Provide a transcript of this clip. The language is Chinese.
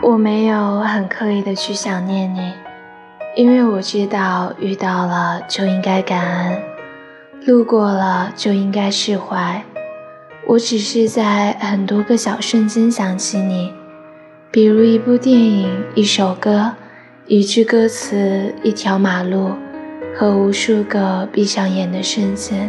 我没有很刻意的去想念你，因为我知道遇到了就应该感恩，路过了就应该释怀。我只是在很多个小瞬间想起你，比如一部电影、一首歌、一句歌词、一条马路和无数个闭上眼的瞬间。